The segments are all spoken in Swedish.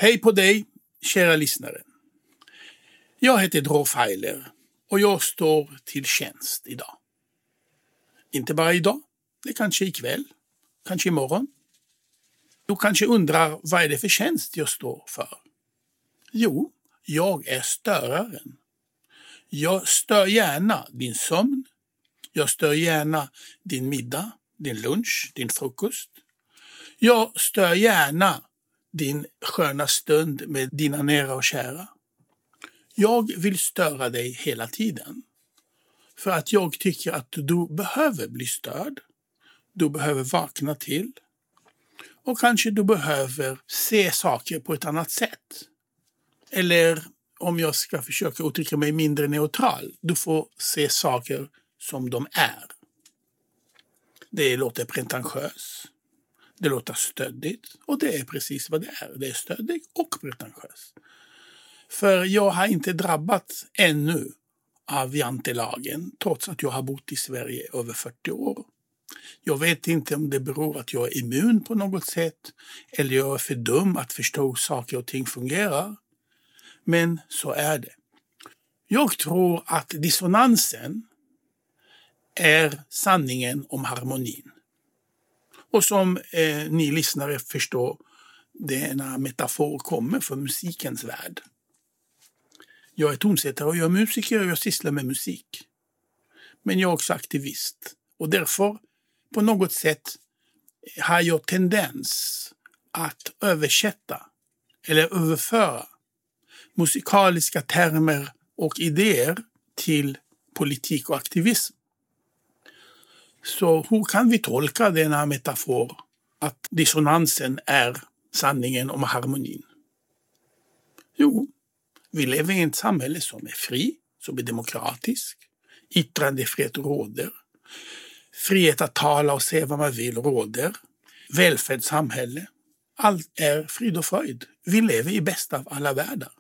Hej på dig, kära lyssnare. Jag heter Rolf Heiler och jag står till tjänst idag. Inte bara idag, det kanske ikväll, kanske imorgon. Du kanske undrar vad är det för tjänst jag står för? Jo, jag är störaren. Jag stör gärna din sömn. Jag stör gärna din middag, din lunch, din frukost. Jag stör gärna din sköna stund med dina nära och kära. Jag vill störa dig hela tiden. För att jag tycker att du behöver bli störd. Du behöver vakna till. Och kanske du behöver se saker på ett annat sätt. Eller om jag ska försöka uttrycka mig mindre neutral. Du får se saker som de är. Det låter pretentiöst. Det låter stöddigt. Och det är precis vad det är. Det är stöddigt och pretentiöst. För jag har inte drabbats ännu av jantelagen trots att jag har bott i Sverige över 40 år. Jag vet inte om det beror att jag är immun på något sätt eller jag är för dum att förstå hur saker och ting fungerar. Men så är det. Jag tror att dissonansen är sanningen om harmonin. Och som ni lyssnare förstår, denna metafor kommer från musikens värld. Jag är tonsättare och jag är musiker och jag sysslar med musik. Men jag är också aktivist. Och därför på något sätt har jag tendens att översätta eller överföra musikaliska termer och idéer till politik och aktivism. Så hur kan vi tolka denna metafor att dissonansen är sanningen om harmonin? Jo, vi lever i ett samhälle som är fri, som är demokratisk. Yttrandefrihet råder. Frihet att tala och säga vad man vill råder. Välfärdssamhälle. Allt är frid och fröjd. Vi lever i bästa av alla världar.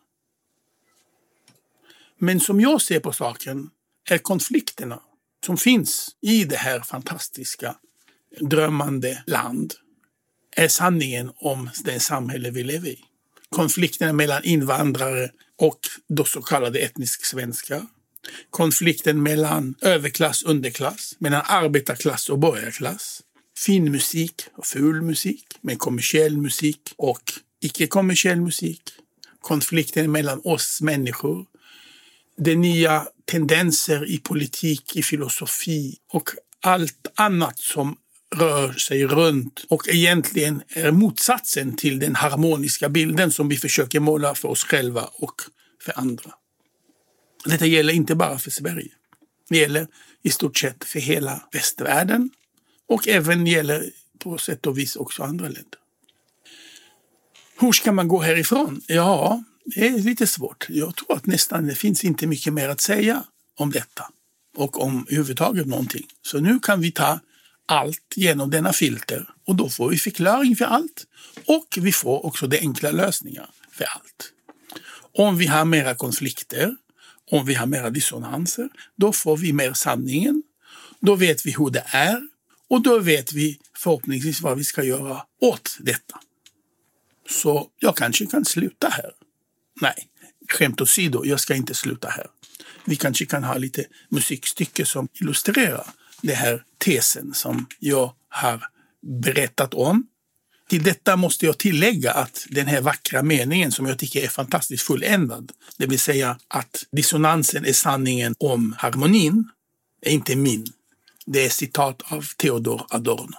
Men som jag ser på saken är konflikterna som finns i det här fantastiska drömmande land är sanningen om det samhälle vi lever i. Konflikterna mellan invandrare och de så kallade etniska svenskar. Konflikten mellan överklass och underklass. Mellan arbetarklass och borgarklass. Fin musik och ful musik. Med kommersiell musik och icke-kommersiell musik. Konflikten mellan oss människor. De nya tendenser i politik, i filosofi och allt annat som rör sig runt och egentligen är motsatsen till den harmoniska bilden som vi försöker måla för oss själva och för andra. Detta gäller inte bara för Sverige. Det gäller i stort sett för hela västvärlden och även gäller på sätt och vis också andra länder. Hur ska man gå härifrån? Ja, det är lite svårt. Jag tror att nästan det finns inte mycket mer att säga om detta och om överhuvudtaget någonting. Så nu kan vi ta allt genom denna filter och då får vi förklaring för allt och vi får också de enkla lösningar för allt. Om vi har mera konflikter, om vi har mera dissonanser, då får vi mer sanningen. Då vet vi hur det är och då vet vi förhoppningsvis vad vi ska göra åt detta. Så jag kanske kan sluta här. Nej, skämt åsido, jag ska inte sluta här. Vi kanske kan ha lite musikstycke som illustrerar det här tesen som jag har berättat om. Till detta måste jag tillägga att den här vackra meningen som jag tycker är fantastiskt fulländad, det vill säga att dissonansen är sanningen om harmonin, är inte min. Det är citat av Theodor Adorno.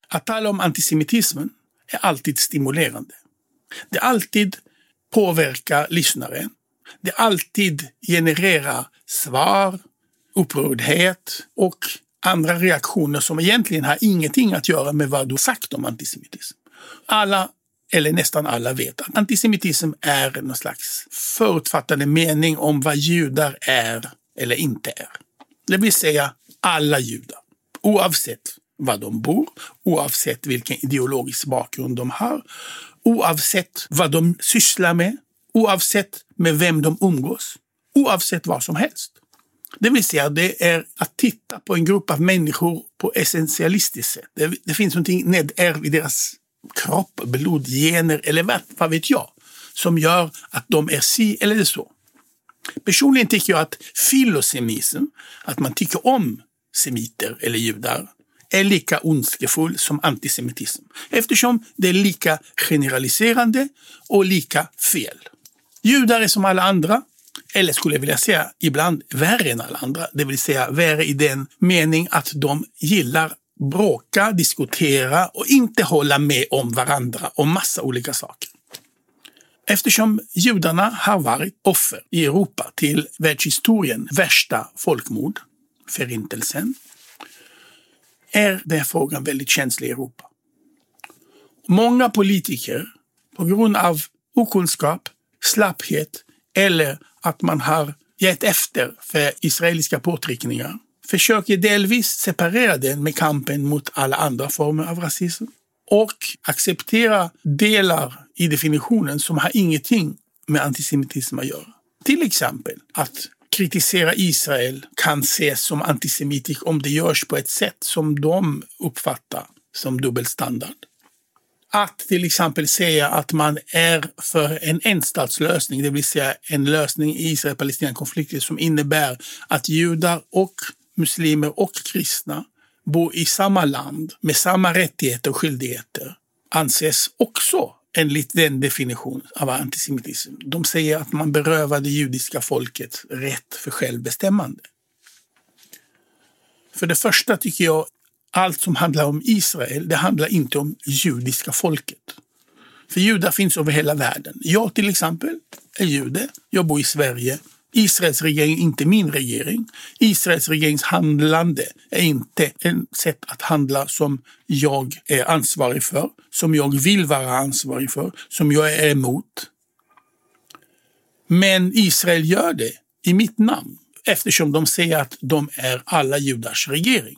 Att tala om antisemitismen är alltid stimulerande. Det alltid påverkar lyssnaren. Det alltid genererar svar, upprördhet och andra reaktioner som egentligen har ingenting att göra med vad du sagt om antisemitism. Alla, eller nästan alla, vet att antisemitism är någon slags förutfattade mening om vad judar är eller inte är. Det vill säga alla judar, oavsett var de bor, oavsett vilken ideologisk bakgrund de har, oavsett vad de sysslar med, oavsett med vem de umgås, oavsett vad som helst. Det vill säga, det är att titta på en grupp av människor på essentialistiskt sätt. Det finns någonting nedärvt i deras kropp, blod, gener eller vad vet jag, som gör att de är si eller så. Personligen tycker jag att filosemism, att man tycker om semiter eller judar, är lika ondskefull som antisemitism, eftersom det är lika generaliserande och lika fel. Judar är som alla andra, eller skulle jag vilja säga ibland värre än alla andra, det vill säga värre i den mening att de gillar bråka, diskutera och inte hålla med om varandra om massa olika saker. Eftersom judarna har varit offer i Europa till världshistorien värsta folkmord, förintelsen, är den frågan väldigt känslig i Europa. Många politiker, på grund av okunskap, slapphet eller att man har gett efter för israeliska påtryckningar, försöker delvis separera den med kampen mot alla andra former av rasism och acceptera delar i definitionen som har ingenting med antisemitism att göra. Till exempel att kritisera Israel kan ses som antisemitiskt om det görs på ett sätt som de uppfattar som dubbelstandard. Att till exempel säga att man är för en enstatslösning, det vill säga en lösning i Israel-Palestina-konflikten som innebär att judar och muslimer och kristna bor i samma land med samma rättigheter och skyldigheter, anses också enligt den definition av antisemitism. De säger att man berövar det judiska folket rätt för självbestämmande. För det första tycker jag allt som handlar om Israel, det handlar inte om judiska folket. För judar finns över hela världen. Jag till exempel är jude, jag bor i Sverige. Israels regering är inte min regering. Israels regerings handlande är inte ett sätt att handla som jag är ansvarig för, som jag vill vara ansvarig för, som jag är emot. Men Israel gör det i mitt namn, eftersom de säger att de är alla judars regering.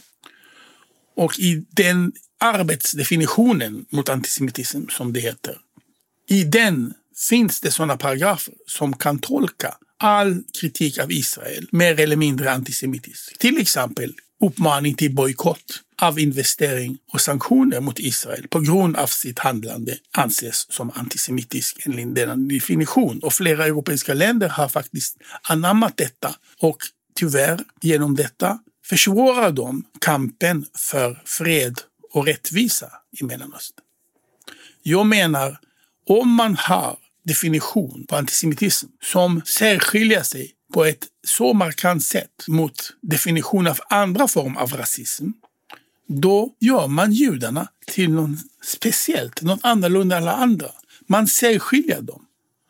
Och i den arbetsdefinitionen mot antisemitism, som det heter, i den finns det sådana paragrafer som kan tolka all kritik av Israel mer eller mindre antisemitisk. Till exempel uppmaning till bojkott av investering och sanktioner mot Israel på grund av sitt handlande anses som antisemitisk enligt denna definition. Och flera europeiska länder har faktiskt anammat detta och tyvärr genom detta försvårar de kampen för fred och rättvisa i Mellanöstern. Jag menar, om man har definition på antisemitism som särskiljer sig på ett så markant sätt mot definition av andra form av rasism, då gör man judarna till något speciellt, något annorlunda än alla andra. Man särskiljer dem.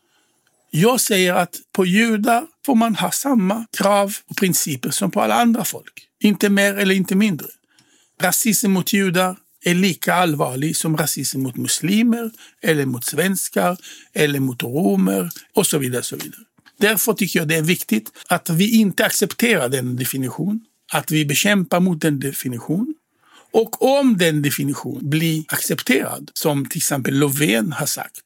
Jag säger att på judar får man ha samma krav och principer som på alla andra folk. Inte mer eller inte mindre. Rasism mot judar är lika allvarlig som rasism mot muslimer eller mot svenskar eller mot romer och så vidare. Så vidare. Därför tycker jag det är viktigt att vi inte accepterar den definition, att vi bekämpar mot den definition. Och om den definition blir accepterad, som till exempel Löfven har sagt,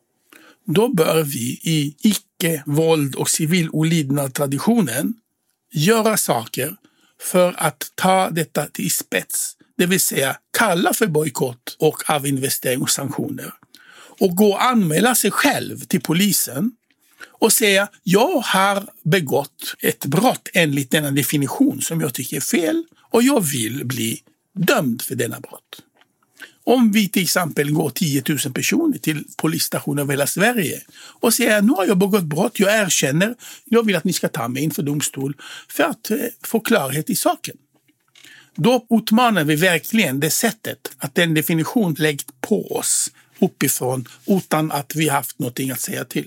då bör vi i icke-våld och civil olydnad-traditionen göra saker för att ta detta till spets. Det vill säga kalla för bojkott och avinvestering och sanktioner. Och gå och anmäla sig själv till polisen och säga jag har begått ett brott enligt denna definition som jag tycker är fel och jag vill bli dömd för denna brott. Om vi till exempel går 10 000 personer till polisstationer över hela Sverige och säger nu har jag begått brott, jag erkänner, jag vill att ni ska ta mig inför domstol för att få klarhet i saken. Då utmanar vi verkligen det sättet att den definition läggs på oss uppifrån utan att vi haft någonting att säga till.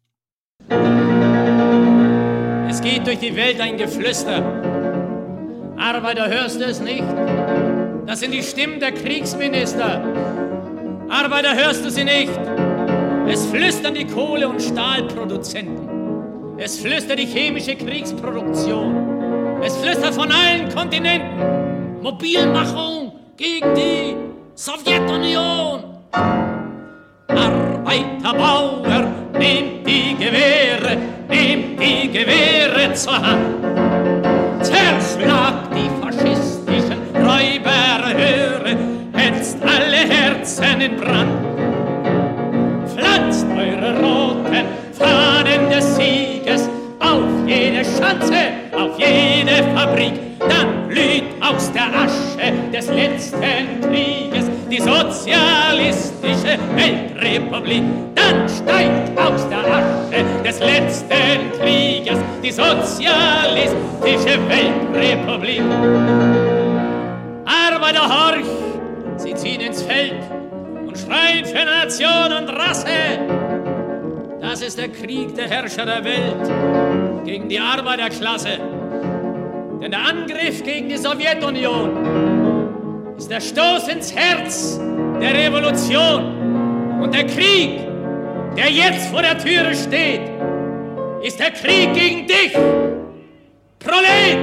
Es geht durch die Welt ein Geflüster. Arbeiter, hörst du es nicht? Das sind die Stimmen der Kriegsminister. Arbeiter, hörst du sie nicht? Es flüstern die Kohle- und Stahlproduzenten. Es flüstert die chemische Kriegsproduktion. Es flüstert von allen Kontinenten. Mobilmachung gegen die Sowjetunion. Arbeiter, Bauer, nehmt die Gewehre zur Hand. Zerschlagt die faschistischen Räuberhöre, hetzt alle Herzen in Brand. Pflanzt eure roten Fahnen des Sieges auf jede Schanze, auf jede Fabrik. Dann blüht aus der Asche des letzten Krieges die sozialistische Weltrepublik. Dann steigt aus der Asche des letzten Krieges die sozialistische Weltrepublik. Arbeiter, horch, sie ziehen ins Feld und schreien für Nation und Rasse. Das ist der Krieg der Herrscher der Welt gegen die Arbeiterklasse. Denn der Angriff gegen die Sowjetunion ist der Stoß ins Herz der Revolution. Und der Krieg, der jetzt vor der Türe steht, ist der Krieg gegen dich, Prolet!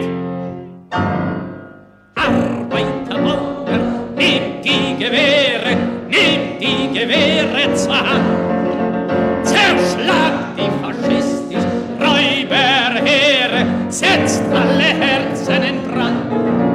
Arbeiter, Bauer, nehmt die Gewehre zur Hand. Zerschlagt die faschistischen Räuberheere, setzt alle Herzen in Brand.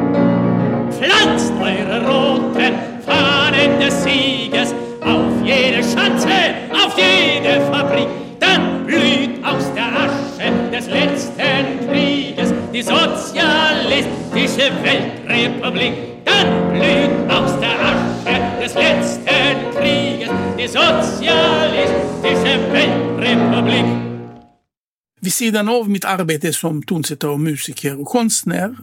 Pflanzt eure roten Fahnen des Sieges auf jede Schanze, auf jede Fabrik. Dann blüht aus der Asche des letzten Krieges die sozialistische Weltrepublik. Dann blüht aus der Asche des letzten Krieges die sozialistische Weltrepublik. Vid sidan av mitt arbete som tonsättare och musiker och konstnär,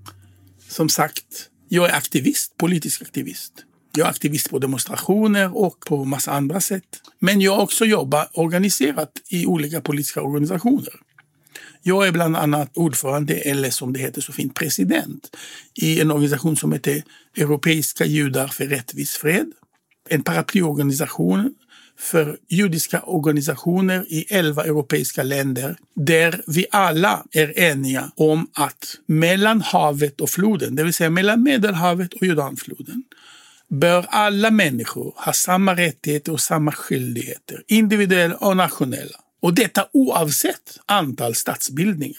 som sagt, jag är aktivist, politisk aktivist. Jag är aktivist på demonstrationer och på massa andra sätt. Men jag också jobbar organiserat i olika politiska organisationer. Jag är bland annat ordförande, eller som det heter så fint, president i en organisation som heter Europeiska judar för rättvis fred. En paraplyorganisation för judiska organisationer i 11 europeiska länder där vi alla är eniga om att mellan havet och floden, det vill säga mellan Medelhavet och Jordanfloden, bör alla människor ha samma rättigheter och samma skyldigheter, individuella och nationella. Och detta oavsett antal statsbildningar.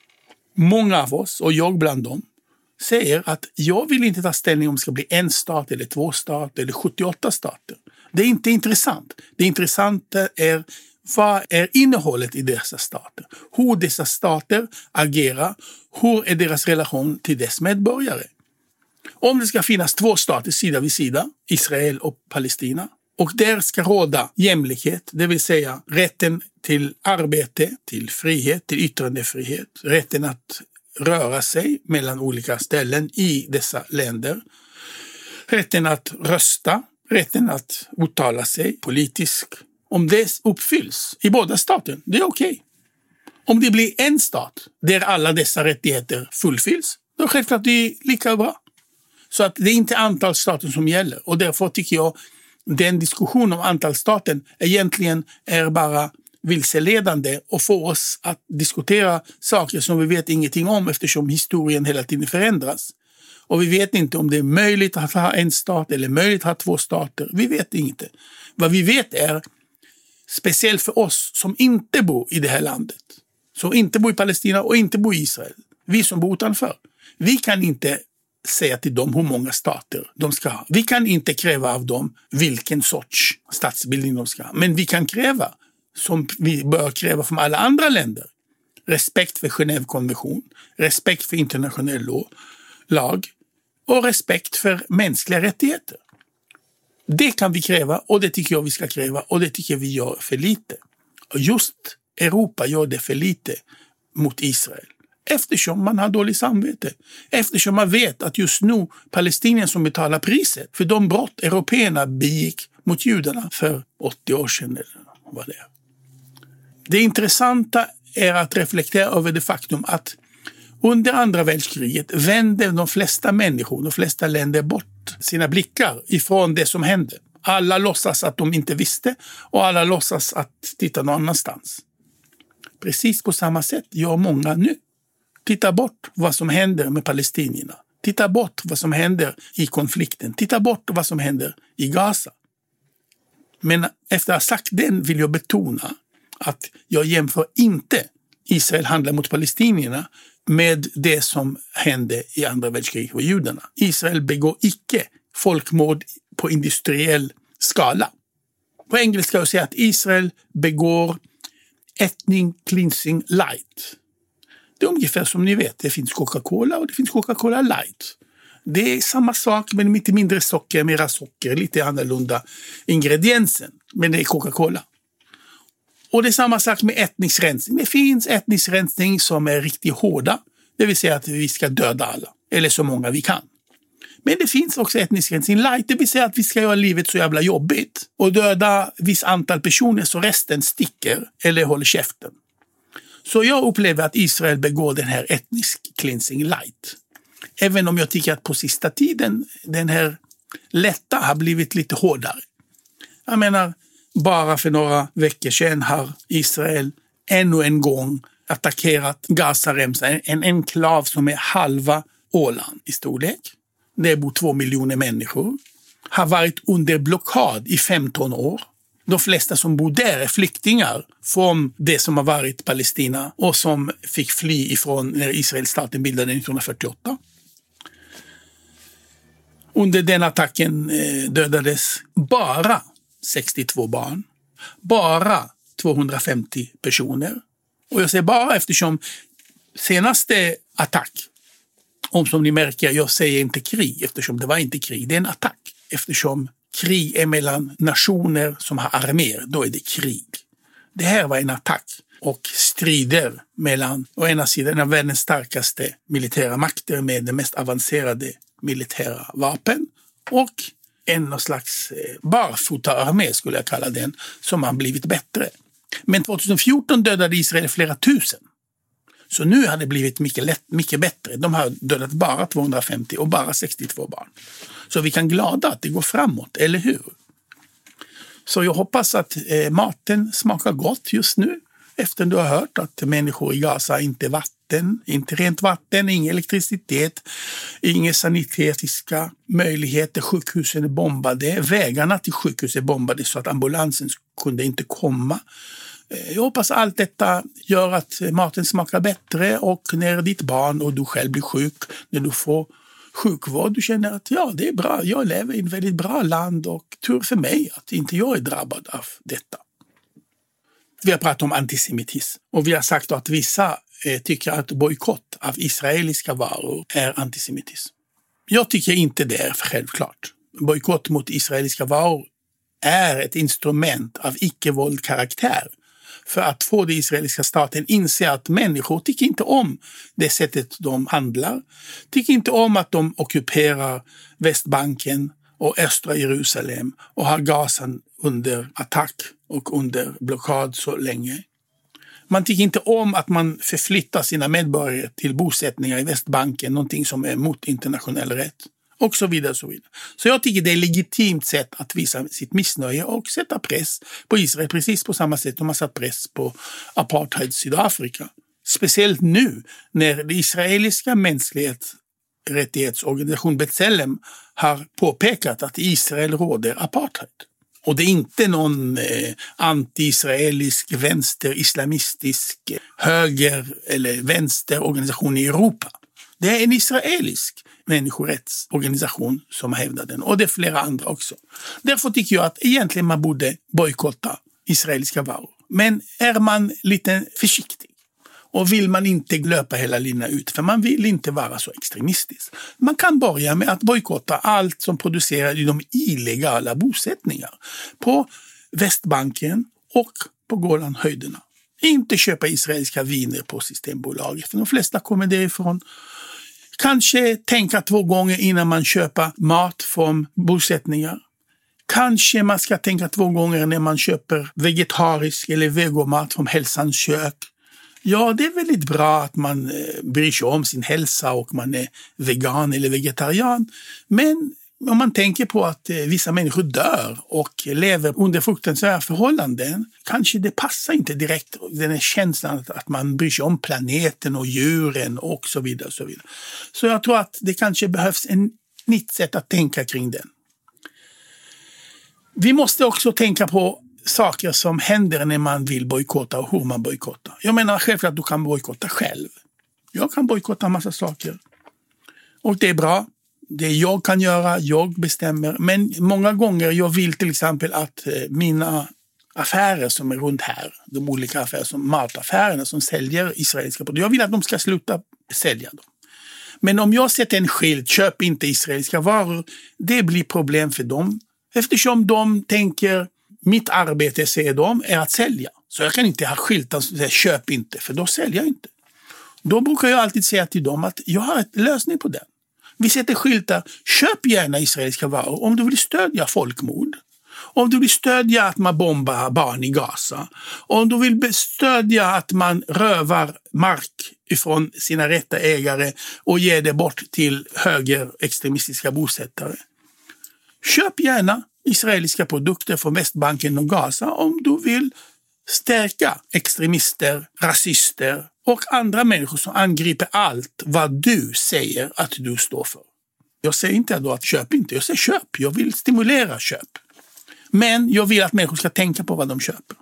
Många av oss, och jag bland dem, säger att jag vill inte ta ställning om det ska bli en stat eller 2 stater eller 78 stater. Det är inte intressant. Det intressanta är vad är innehållet i dessa stater. Hur dessa stater agerar. Hur är deras relation till dess medborgare. Om det ska finnas 2 stater sida vid sida, Israel och Palestina, och där ska råda jämlikhet, det vill säga rätten till arbete, till frihet, till yttrandefrihet, rätten att röra sig mellan olika ställen i dessa länder, rätten att rösta, rätten att uttala sig politiskt. Om det uppfylls i båda staterna, det är okej. Om det blir en stat där alla dessa rättigheter fullfylls, då är det självklart det är lika bra. Så att det är inte antal stater som gäller. Och därför tycker jag den diskussion om antal stater egentligen är bara vilseledande och får oss att diskutera saker som vi vet ingenting om eftersom historien hela tiden förändras. Och vi vet inte om det är möjligt att ha en stat eller möjligt att ha 2 stater. Vi vet inte. Vad vi vet är, speciellt för oss som inte bor i det här landet, som inte bor i Palestina och inte bor i Israel, vi som bor utanför, vi kan inte säga till dem hur många stater de ska ha. Vi kan inte kräva av dem vilken sorts statsbildning de ska ha. Men vi kan kräva, som vi bör kräva från alla andra länder, respekt för Genèvekonvention, respekt för internationell lag och respekt för mänskliga rättigheter. Det kan vi kräva och det tycker jag vi ska kräva och det tycker vi gör för lite. Och just Europa gör det för lite mot Israel. Eftersom man har dåligt samvete. Eftersom man vet att just nu palestinierna som betalar priset för de brott européerna begick mot judarna för 80 år sedan eller vad det är. Det intressanta är att reflektera över det faktum att under andra världskriget vände de flesta människor, de flesta länder bort sina blickar ifrån det som hände. Alla låtsas att de inte visste och alla låtsas att titta någon annanstans. Precis på samma sätt gör många nu. Titta bort vad som händer med palestinierna. Titta bort vad som händer i konflikten. Titta bort vad som händer i Gaza. Men efter att ha sagt den vill jag betona att jag jämför inte Israel handlar mot palestinierna med det som hände i andra världskriget med judarna. Israel begår icke folkmord på industriell skala. På engelska jag säger att Israel begår ethnic cleansing light. Det är ungefär som ni vet, det finns Coca-Cola och det finns Coca-Cola light. Det är samma sak men lite mindre socker, mera socker, lite annorlunda ingredienser. Men det är Coca-Cola. Och det är samma sak med etnisk rensning. Det finns etnisk rensning som är riktigt hårda. Det vill säga att vi ska döda alla. Eller så många vi kan. Men det finns också etnisk rensning light. Det vill säga att vi ska göra livet så jävla jobbigt. Och döda viss antal personer så resten sticker eller håller käften. Så jag upplever att Israel begår den här etnisk cleansing light. Även om jag tycker att på sista tiden den här lätta har blivit lite hårdare. Jag menar, bara för några veckor sedan har Israel ännu en gång attackerat Gazaremsan, en enklav som är halva Åland i storlek. Det bor 2 miljoner människor. Har varit under blockad i 15 år. De flesta som bor där är flyktingar från det som har varit Palestina och som fick fly ifrån när Israelstaten bildades 1948. Under den attacken dödades bara 62 barn. Bara 250 personer. Och jag säger bara eftersom senaste attack, om som ni märker, jag säger inte krig eftersom det var inte krig, det är en attack. Eftersom krig är mellan nationer som har arméer, då är det krig. Det här var en attack och strider mellan å ena sidan en av världens starkaste militära makter med de mest avancerade militära vapen och en slags barfotaarmé skulle jag kalla den, som har blivit bättre. Men 2014 dödade Israel flera tusen. Så nu har det blivit mycket bättre. De har dödat bara 250 och bara 62 barn. Så vi kan glada att det går framåt, eller hur? Så jag hoppas att maten smakar gott just nu. Efter du har hört att människor i Gaza inte vatten, inte rent vatten, ingen elektricitet, inga sanitetiska möjligheter. Sjukhusen är bombade, vägarna till sjukhus är bombade så att ambulansen kunde inte komma. Jag hoppas allt detta gör att maten smakar bättre och när ditt barn och du själv blir sjuk, när du får sjukvård, du känner att ja, det är bra, jag lever i ett väldigt bra land och tur för mig att inte jag är drabbad av detta. Vi har pratat om antisemitism och vi har sagt att vissa tycker att bojkott av israeliska varor är antisemitism. Jag tycker inte det är självklart. Bojkott mot israeliska varor är ett instrument av icke-våldkaraktär för att få den israeliska staten inse att människor tycker inte om det sättet de handlar, tycker inte om att de ockuperar Västbanken och östra Jerusalem och har Gazan under attack och under blockad så länge. Man tycker inte om att man förflyttar sina medborgare till bosättningar i Västbanken, någonting som är mot internationell rätt. Och så vidare, så vidare. Så jag tycker det är ett legitimt sätt att visa sitt missnöje och sätta press på Israel precis på samma sätt som man satt press på apartheid Sydafrika. Speciellt nu när den israeliska mänsklighetsrättighetsorganisation B'Tselem har påpekat att i Israel råder apartheid. Och det är inte någon anti-israelisk, vänster-islamistisk, höger- eller vänsterorganisation i Europa. Det är en israelisk människorättsorganisation som hävdar den. Och det är flera andra också. Därför tycker jag att egentligen man borde bojkotta israeliska varor. Men är man lite försiktig och vill man inte löpa hela linan ut, för man vill inte vara så extremistisk. Man kan börja med att bojkotta allt som produceras i de illegala bosättningar på Västbanken och på Golanhöjderna. Inte köpa israeliska viner på Systembolaget, för de flesta kommer därifrån. Kanske tänka 2 gånger innan man köper mat från bosättningar. Kanske man ska tänka 2 gånger när man köper vegetarisk eller vegomat från Hälsans kök. Ja, det är väldigt bra att man bryr sig om sin hälsa och man är vegan eller vegetarian. Men om man tänker på att vissa människor dör och lever under fruktansvärda förhållanden, kanske det passar inte direkt den här känslan att man bryr sig om planeten och djuren och så vidare. Och så vidare. Så jag tror att det kanske behövs ett nytt sätt att tänka kring den. Vi måste också tänka på saker som händer när man vill bojkotta och hur man bojkottar. Jag menar självklart att du kan bojkotta själv. Jag kan bojkotta en massa saker. Och det är bra. Det jag kan göra, jag bestämmer. Men många gånger jag vill till exempel att mina affärer som är runt här, de olika affärer som mataffärerna som säljer israeliska produkter, jag vill att de ska sluta sälja dem. Men om jag sätter en skylt, köp inte israeliska varor, det blir problem för dem. Eftersom de tänker, mitt arbete, säger de, är att sälja. Så jag kan inte ha skyltar som säger köp inte, för då säljer jag inte. Då brukar jag alltid säga till dem att jag har en lösning på det. Vi sätter skyltar, köp gärna israeliska varor om du vill stödja folkmord. Om du vill stödja att man bombar barn i Gaza. Om du vill stödja att man rövar mark ifrån sina rätta ägare och ger det bort till högerextremistiska bosättare. Köp gärna israeliska produkter från Västbanken och Gaza om du vill stärka extremister, rasister och andra människor som angriper allt vad du säger att du står för. Jag säger inte då att köp inte, jag säger köp. Jag vill stimulera köp. Men jag vill att människor ska tänka på vad de köper.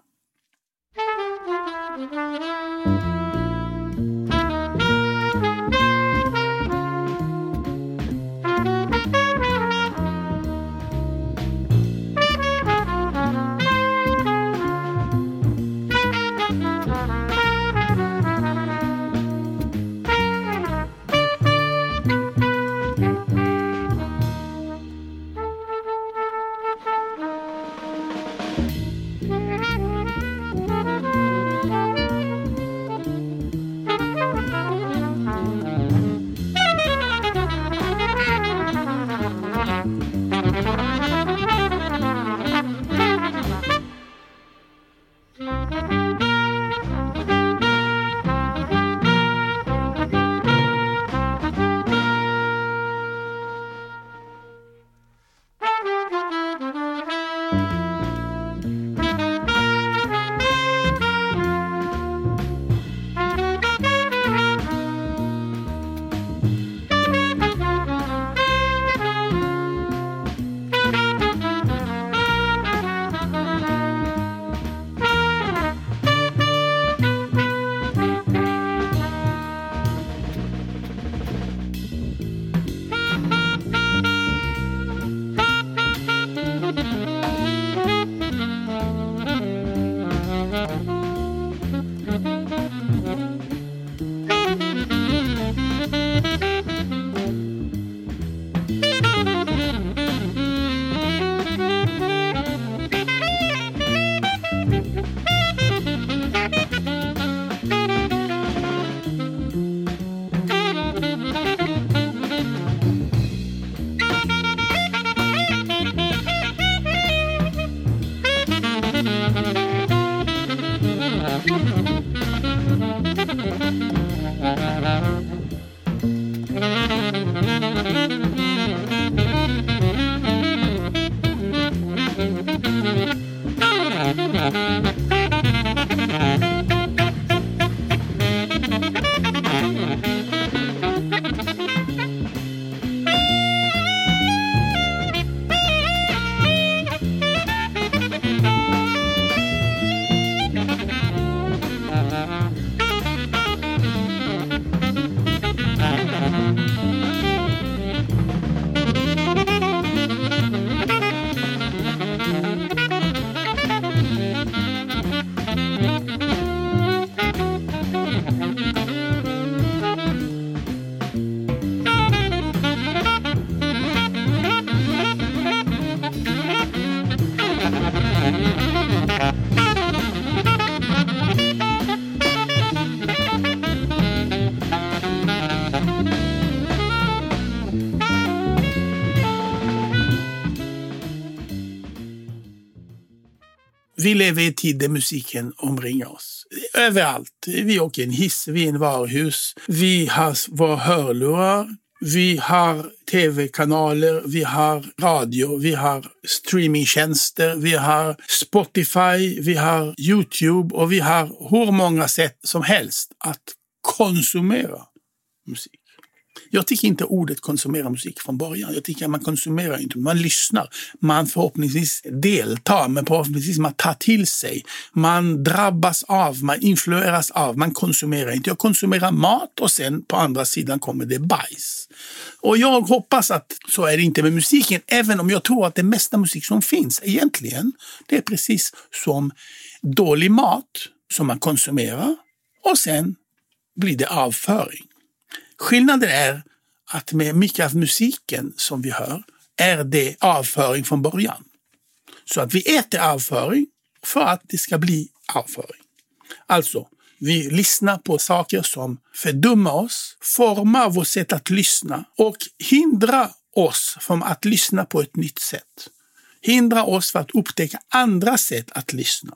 Vi lever i en tid där musiken omringar oss. Överallt. Vi åker i en hiss, vi är i en varuhus. Vi har våra hörlurar. Vi har tv-kanaler, vi har radio, vi har streamingtjänster, vi har Spotify, vi har YouTube och vi har hur många sätt som helst att konsumera musik. Jag tycker inte ordet konsumera musik från början. Jag tycker att man konsumerar inte, man lyssnar. Man förhoppningsvis deltar, men förhoppningsvis man tar till sig. Man drabbas av, man influeras av, man konsumerar inte. Jag konsumerar mat och sen på andra sidan kommer det bajs. Och jag hoppas att så är det inte med musiken, även om jag tror att det mesta musik som finns egentligen, det är precis som dålig mat som man konsumerar och sen blir det avföring. Skillnaden är att med mycket av musiken som vi hör är det avföring från början. Så att vi äter avföring för att det ska bli avföring. Alltså, vi lyssnar på saker som fördummar oss, formar vårt sätt att lyssna och hindrar oss från att lyssna på ett nytt sätt. Hindrar oss för att upptäcka andra sätt att lyssna.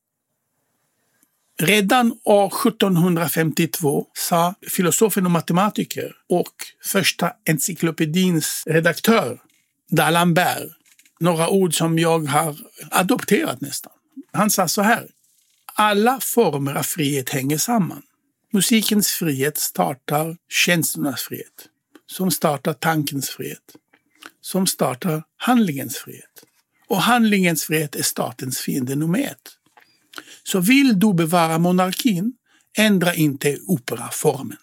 Redan år 1752 sa filosofen och matematiker och första encyklopedins redaktör D'Alembert några ord som jag har adopterat nästan. Han sa så här: alla former av frihet hänger samman. Musikens frihet startar känslornas frihet, som startar tankens frihet, som startar handlingens frihet. Och handlingens frihet är statens fiende nummer 1. Så vill du bevara monarkin, ändra inte operaformen.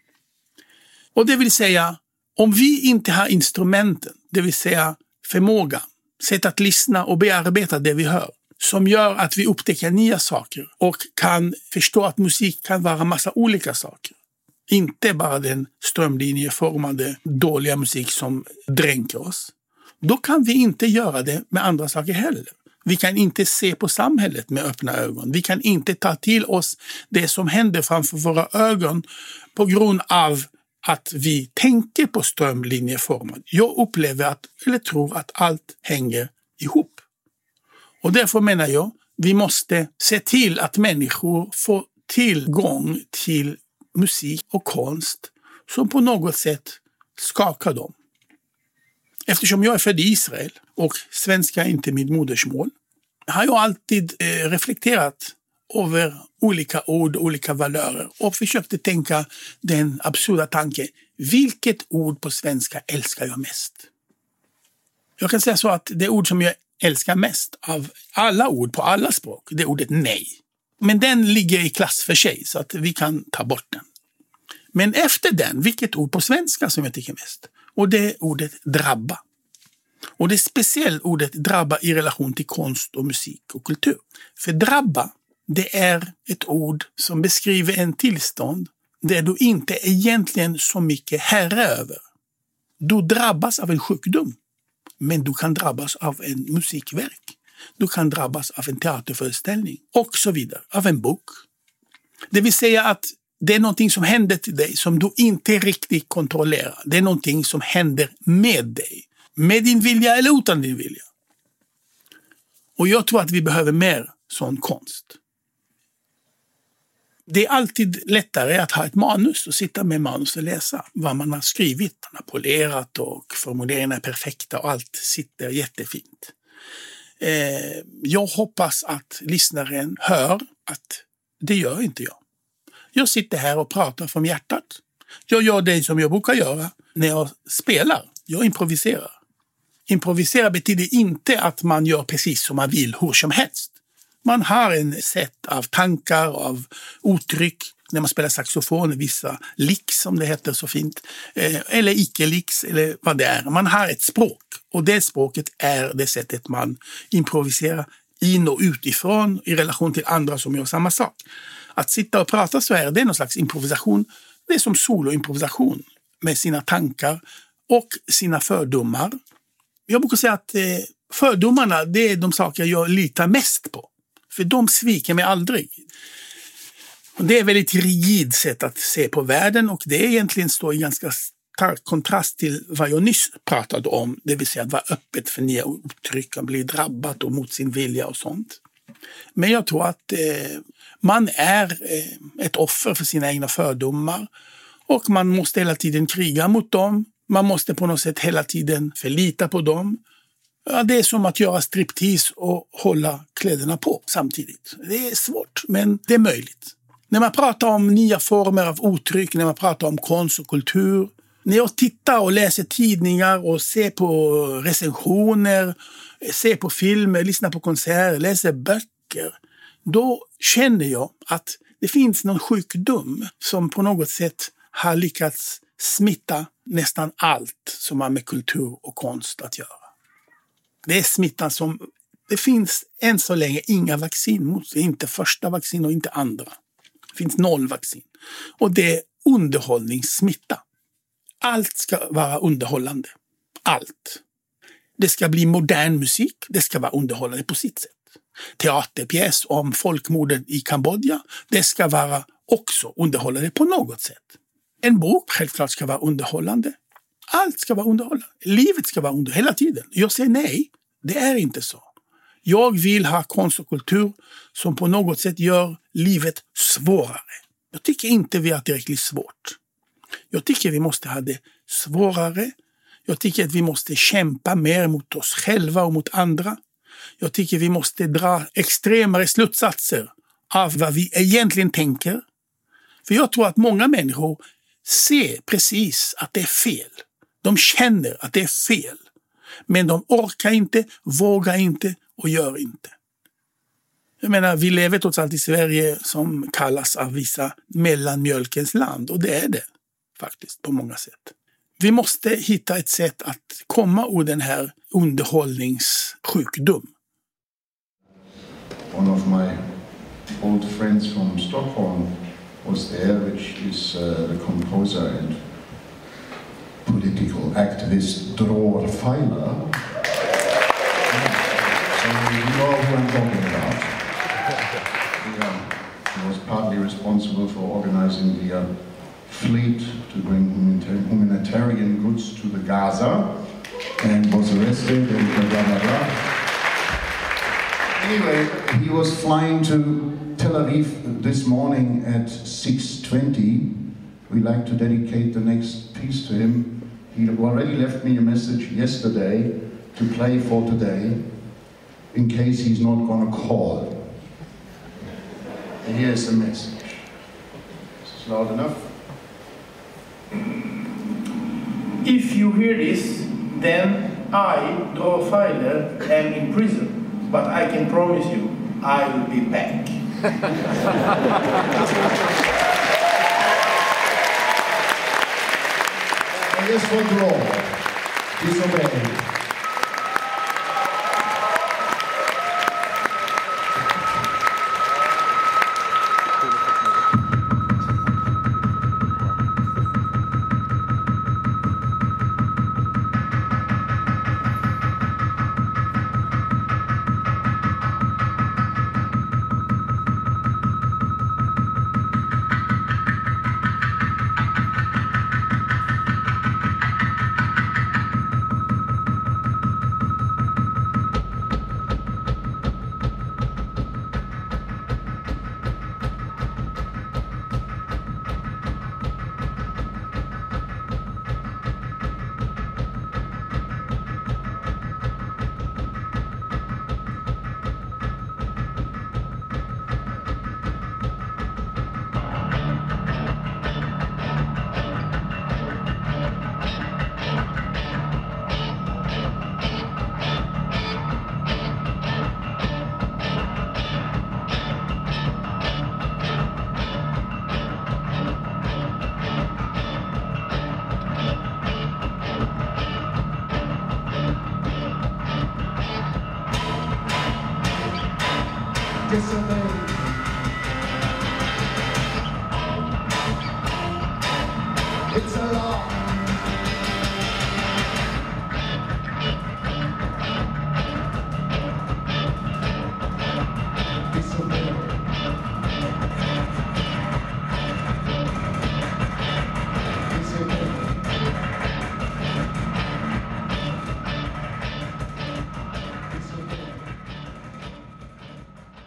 Och det vill säga, om vi inte har instrumenten, det vill säga förmågan, sätt att lyssna och bearbeta det vi hör, som gör att vi upptäcker nya saker och kan förstå att musik kan vara massa olika saker. Inte bara den strömlinjeformade dåliga musik som dränker oss. Då kan vi inte göra det med andra saker heller. Vi kan inte se på samhället med öppna ögon. Vi kan inte ta till oss det som händer framför våra ögon på grund av att vi tänker på strömlinjeformat. Jag upplever eller tror att allt hänger ihop. Och därför menar jag, vi måste se till att människor får tillgång till musik och konst som på något sätt skakar dem. Eftersom jag är född i Israel och svenska är inte mitt modersmål, har jag alltid reflekterat över olika ord och olika valörer och försökte tänka den absurda tanken: vilket ord på svenska älskar jag mest? Jag kan säga så att det ord som jag älskar mest av alla ord på alla språk, det är ordet nej. Men den ligger i klass för sig så att vi kan ta bort den. Men efter den, vilket ord på svenska som jag tycker mest? Och det är ordet drabba. Och det är speciellt ordet drabba i relation till konst och musik och kultur. För drabba, det är ett ord som beskriver en tillstånd där du inte egentligen så mycket herre över. Du drabbas av en sjukdom, men du kan drabbas av en musikverk. Du kan drabbas av en teaterföreställning och så vidare, av en bok. Det vill säga att det är någonting som händer till dig som du inte riktigt kontrollerar. Det är någonting som händer med dig. Med din vilja eller utan din vilja. Och jag tror att vi behöver mer sån konst. Det är alltid lättare att ha ett manus och sitta med manus och läsa vad man har skrivit. Man har polerat och formuleringarna är perfekta och allt sitter jättefint. Jag hoppas att lyssnaren hör att det gör inte jag. Jag sitter här och pratar från hjärtat. Jag gör det som jag brukar göra när jag spelar. Jag improviserar. Improvisera betyder inte att man gör precis som man vill hur som helst. Man har en sätt av tankar, av uttryck. När man spelar saxofon, vissa licks som det heter så fint. Eller icke-licks eller vad det är. Man har ett språk. Och det språket är det sättet man improviserar in och utifrån i relation till andra som gör samma sak. Att sitta och prata så är det någon slags improvisation. Det är som soloimprovisation med sina tankar och sina fördomar. Jag brukar säga att fördomarna, det är de saker jag litar mest på. För de sviker mig aldrig. Och det är ett väldigt rigid sätt att se på världen och det egentligen står i ganska stark kontrast till vad jag nyss pratade om. Det vill säga att vara öppet för nya uttryck och bli drabbat och mot sin vilja och sånt. Men jag tror att man är ett offer för sina egna fördomar och man måste hela tiden kriga mot dem. Man måste på något sätt hela tiden förlita på dem. Ja, det är som att göra striptease och hålla kläderna på samtidigt. Det är svårt, men det är möjligt. När man pratar om nya former av uttryck, när man pratar om konst och kultur, när jag tittar och läser tidningar och ser på recensioner, ser på filmer, lyssnar på konserter, läser böcker, då känner jag att det finns någon sjukdom som på något sätt har lyckats smitta nästan allt som har med kultur och konst att göra. Det är smittan som det finns än så länge inga vaccin mot. Det är inte första vaccin och inte andra. Det finns 0 vaccin. Och det är underhållningssmitta. Allt ska vara underhållande. Allt. Det ska bli modern musik. Det ska vara underhållande på sitt sätt. Teaterpjäs om folkmordet i Kambodja. Det ska vara också underhållande på något sätt. En bok självklart ska vara underhållande. Allt ska vara underhållande. Livet ska vara underhållande hela tiden. Jag säger nej. Det är inte så. Jag vill ha konst och kultur som på något sätt gör livet svårare. Jag tycker inte vi har tillräckligt svårt. Jag tycker vi måste ha det svårare. Jag tycker att vi måste kämpa mer mot oss själva och mot andra. Jag tycker vi måste dra extremare slutsatser av vad vi egentligen tänker. För jag tror att många människor ser precis att det är fel. De känner att det är fel. Men de orkar inte, vågar inte och gör inte. Jag menar, vi lever trots allt i Sverige som kallas av vissa mellanmjölkens land. Och det är det faktiskt på många sätt. Vi måste hitta ett sätt att komma ur den här underhållningssjukdom. One of my old friends from Stockholm was there, which is the composer and political activist Dror Feiler. So you know who I'm talking about. He was partly responsible for organizing the fleet to bring humanitarian goods to the Gaza and was arrested and blah, blah, blah. Anyway, he was flying to Tel Aviv this morning at 6:20. We like to dedicate the next piece to him. He already left me a message yesterday to play for today in case he's not going to call. And here's the message. Is this loud enough? If you hear this, then I, Dror Feiler, am in prison. But I can promise you, I will be back. And this for Dror. Disobey. Disobey. It's a law. Disobey. Disobey.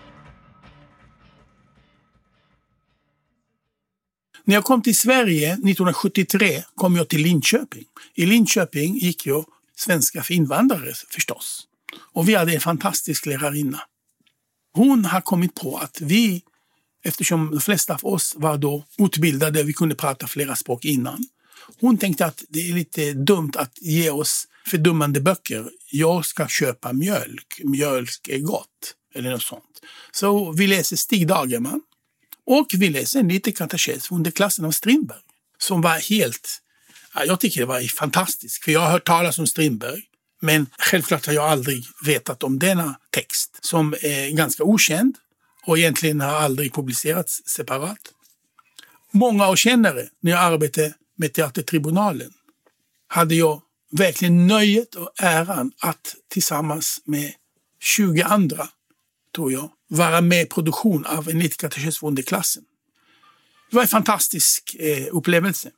När jag kom till Sverige 1973 kom jag till Linköping. I Linköping gick jag svenska för invandrare förstås. Och vi hade en fantastisk lärarinna. Hon har kommit på att vi, eftersom de flesta av oss var då utbildade, vi kunde prata flera språk innan. Hon tänkte att det är lite dumt att ge oss fördummande böcker. Jag ska köpa mjölk. Mjölk är gott. Eller något sånt. Så vi läser Stig Dagerman. Och vi läser en liten katekes under klassen av Strindberg. Som var helt... jag tycker det var fantastiskt. För jag har hört talas om Strindberg. Men självklart har jag aldrig vetat om denna text. Som är ganska okänd. Och egentligen har aldrig publicerats separat. Många år senare, när jag arbetade med Teatertribunalen, hade jag verkligen nöjet och äran att tillsammans med 20 andra, tror jag, vara med i produktion av en liten katekes för underklassen. Det var en fantastisk upplevelse.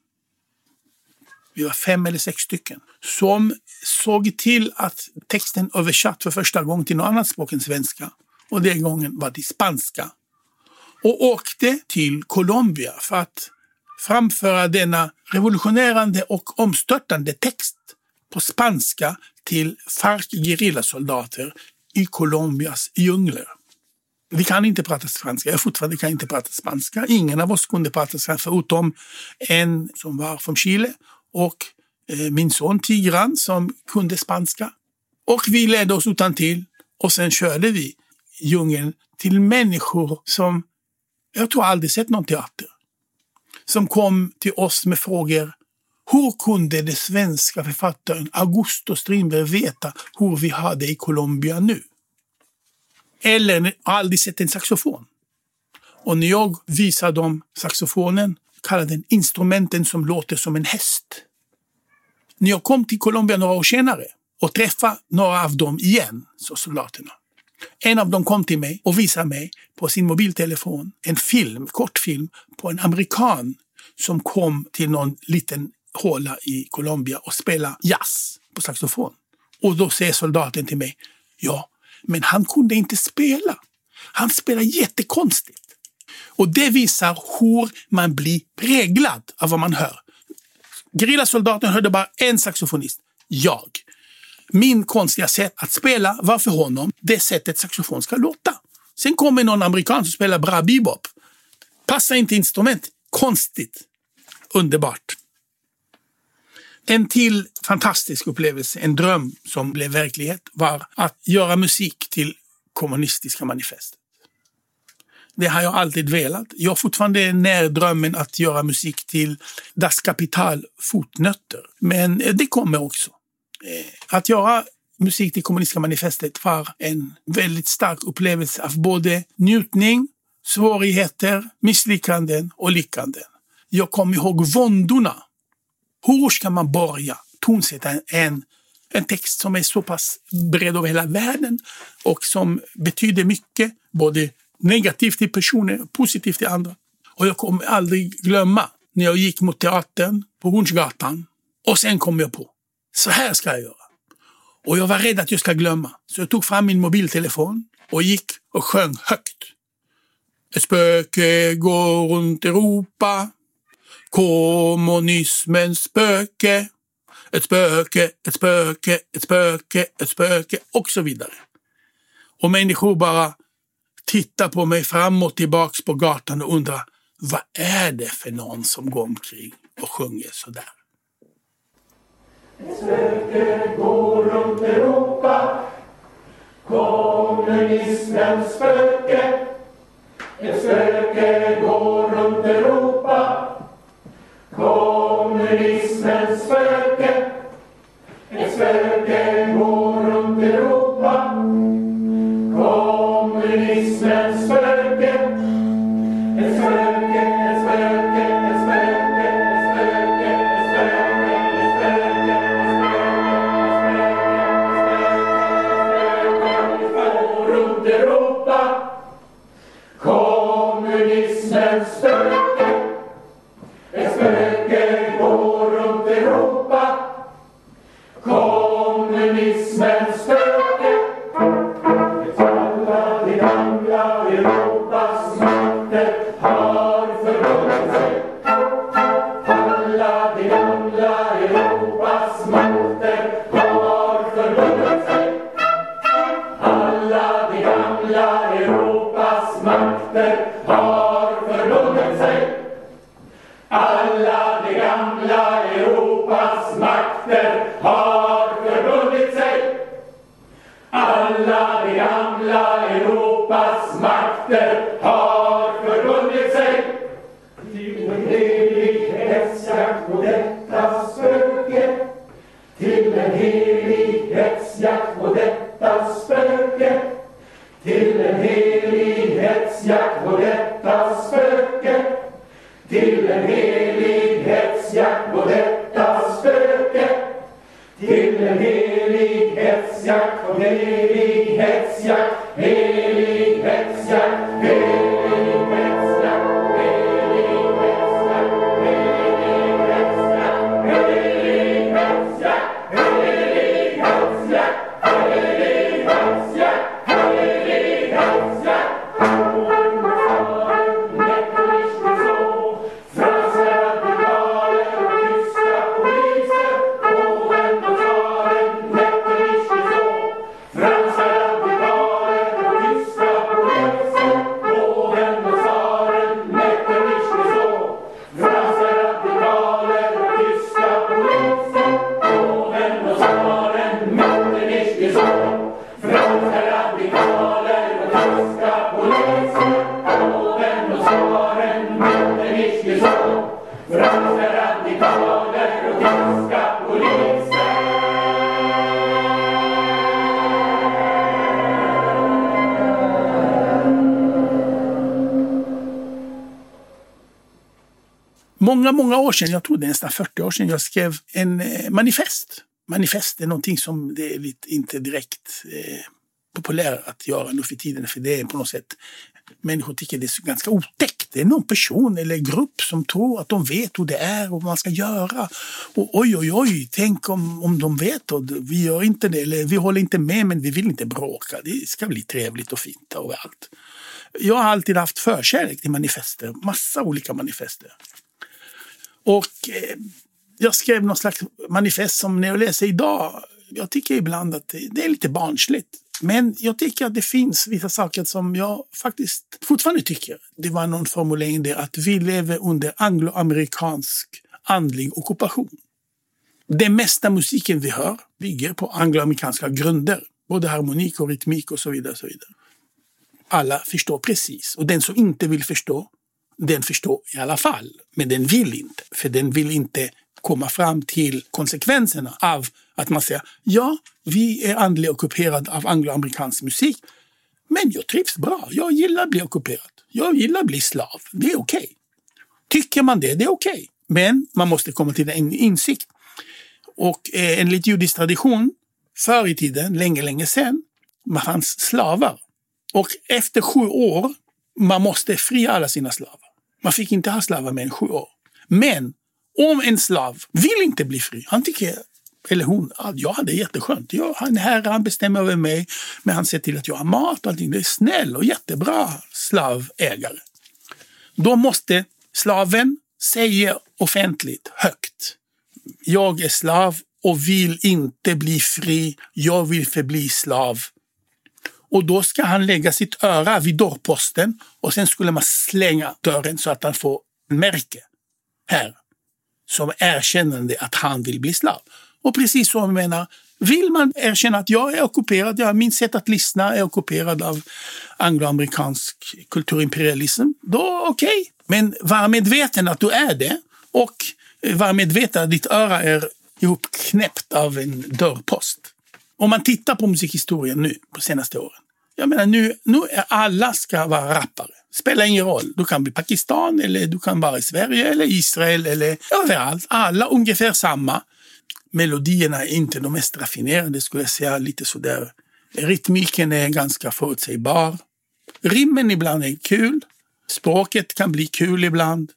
Vi var 5 eller 6 stycken som såg till att texten översatt för första gången till något annat språk än svenska. Och den gången var det spanska. Och åkte till Colombia för att framföra denna revolutionerande och omstörtande text på spanska till FARC-gerillasoldater i Colombias djungler. Vi kan inte prata franska. Jag fortfarande kan inte prata spanska. Ingen av oss kunde prata spanska förutom en som var från Chile och min son Tigran som kunde spanska. Och vi lärde oss utantill och sen körde vi djungeln till människor som jag tror aldrig sett någon teater. Som kom till oss med frågor. Hur kunde den svenska författaren Augusto Strindberg veta hur vi hade i Colombia nu? Eller aldrig sett en saxofon. Och när jag visade dem saxofonen kallade den instrumenten som låter som en häst. När jag kom till Colombia några år senare och träffade några av dem igen, så soldaterna. En av dem kom till mig och visade mig på sin mobiltelefon en kortfilm på en amerikan som kom till någon liten håla i Colombia och spelade jazz på saxofon. Och då säger soldaten till mig, ja, men han kunde inte spela. Han spelar jättekonstigt. Och det visar hur man blir präglad av vad man hör. Gerillasoldaten hörde bara en saxofonist, jag. Min konstiga sätt att spela var för honom det sättet saxofon ska låta. Sen kommer någon amerikan som spelar bra bebop. Passar inte instrument. Konstigt. Underbart. En till fantastisk upplevelse, en dröm som blev verklighet, var att göra musik till kommunistiska manifestet. Det har jag alltid velat. Jag har fortfarande när drömmen att göra musik till Das Kapital fotnötter. Men det kommer också. Att göra musik till kommunistiska manifestet var en väldigt stark upplevelse av både njutning, svårigheter, misslyckanden och lyckanden. Jag kommer ihåg våndorna. Hur ska man börja tonsätta en text som är så pass bred över hela världen och som betyder mycket, både negativt till personer och positivt till andra. Och jag kommer aldrig glömma när jag gick mot teatern på Hornsgatan och sen kom jag på, så här ska jag göra. Och jag var rädd att jag ska glömma. Så jag tog fram min mobiltelefon och gick och sjöng högt. Ett spöke går runt Europa, kommunismens spöke. Ett spöke, ett spöke, ett spöke, ett spöke och så vidare. Och människor bara tittar på mig fram och tillbaks på gatan och undrar, vad är det för någon som går omkring och sjunger så där? Ett spöke går runt Europa, kommunismens spöke. Ett spöke går runt Europa, kommunismens spöke. Ett spöke går runt Europa, kommunismens spöke. Ett spöke, ett spöke, ett spöke, ett spöke, ett spöke, ett spöke, ett spöke, ett spöke, går runt Europa, kommunismens Europas makter har förbundit sig. Alla de gamla Europas makter har förbundit sig. Alla de gamla Europas makter har förbundit sig. Alla de gamla Europas makter har förbundit sig. Till en helig hetsjakt på detta spöke. Till en helig hetsjakt på detta spöke. Till en helig hetsjakt på detta spöke. Till en helig hetsjakt på detta spöke. Till en helig hetsjakt på helig hetsjakt. Helig hetsjakt, helig hetsjakt, helig hetsjakt, helig hetsjakt, helig hetsjakt, helig hetsjakt, helig hetsjakt, helig hetsjakt. Många år sedan, jag tror det är nästan 40 år sedan, jag skrev en manifest. Manifest är någonting som det är inte direkt populärt att göra nu för tiden, för det är på något sätt, människor tycker det är ganska otäckt. Det är någon person eller grupp som tror att de vet hur det är och vad man ska göra. Och oj, tänk om de vet och vi gör inte det, eller vi håller inte med men vi vill inte bråka. Det ska bli trevligt och fint överallt. Jag har alltid haft förkärlek till manifester, massa olika manifester. Och jag skrev någon slags manifest som när jag läser idag, jag tycker ibland att det är lite barnsligt. Men jag tycker att det finns vissa saker som jag faktiskt fortfarande tycker. Det var någon formulering där att vi lever under angloamerikansk andlig ockupation. Det mesta musiken vi hör bygger på angloamerikanska grunder. Både harmonik och rytmik och så vidare. Och så vidare. Alla förstår precis. Och den som inte vill förstå, den förstår i alla fall. Men den vill inte. För den vill inte komma fram till konsekvenserna av att man säger ja, vi är andligt ockuperade av angloamerikansk musik. Men jag trivs bra. Jag gillar att bli ockuperad. Jag gillar att bli slav. Det är okej. Tycker man det är okej. Men man måste komma till en insikt. Och enligt judisk tradition, förr i tiden, länge sedan, man fanns slavar. Och efter 7 år, man måste fria alla sina slavar. Man fick inte ha slavar mer än 7 år. Men om en slav vill inte bli fri, han tycker, eller hon, ja det är jätteskönt. Han är här, han bestämmer över mig, men han ser till att jag har mat och allting. Det är snäll och jättebra slavägare. Då måste slaven säga offentligt, högt. Jag är slav och vill inte bli fri. Jag vill förbli slav. Och då ska han lägga sitt öra vid dörrposten och sen skulle man slänga dörren så att han får märke här som erkännande att han vill bli slav. Och precis så menar, vill man erkänna att jag är ockuperad, min sätt att lyssna är ockuperad av angloamerikansk kulturimperialism, då okej. Men var medveten att du är det och var medveten att ditt öra är ihopknäppt av en dörrpost. Om man tittar på musikhistorien nu på senaste åren. Jag menar nu är alla ska vara rappare. Spelar ingen roll. Du kan bli Pakistan eller du kan vara i Sverige eller Israel eller överallt. Alla ungefär samma. Melodierna är inte de mest raffinerade skulle jag säga. Lite sådär. Rytmiken är ganska förutsägbar. Rimmen ibland är kul. Språket kan bli kul ibland.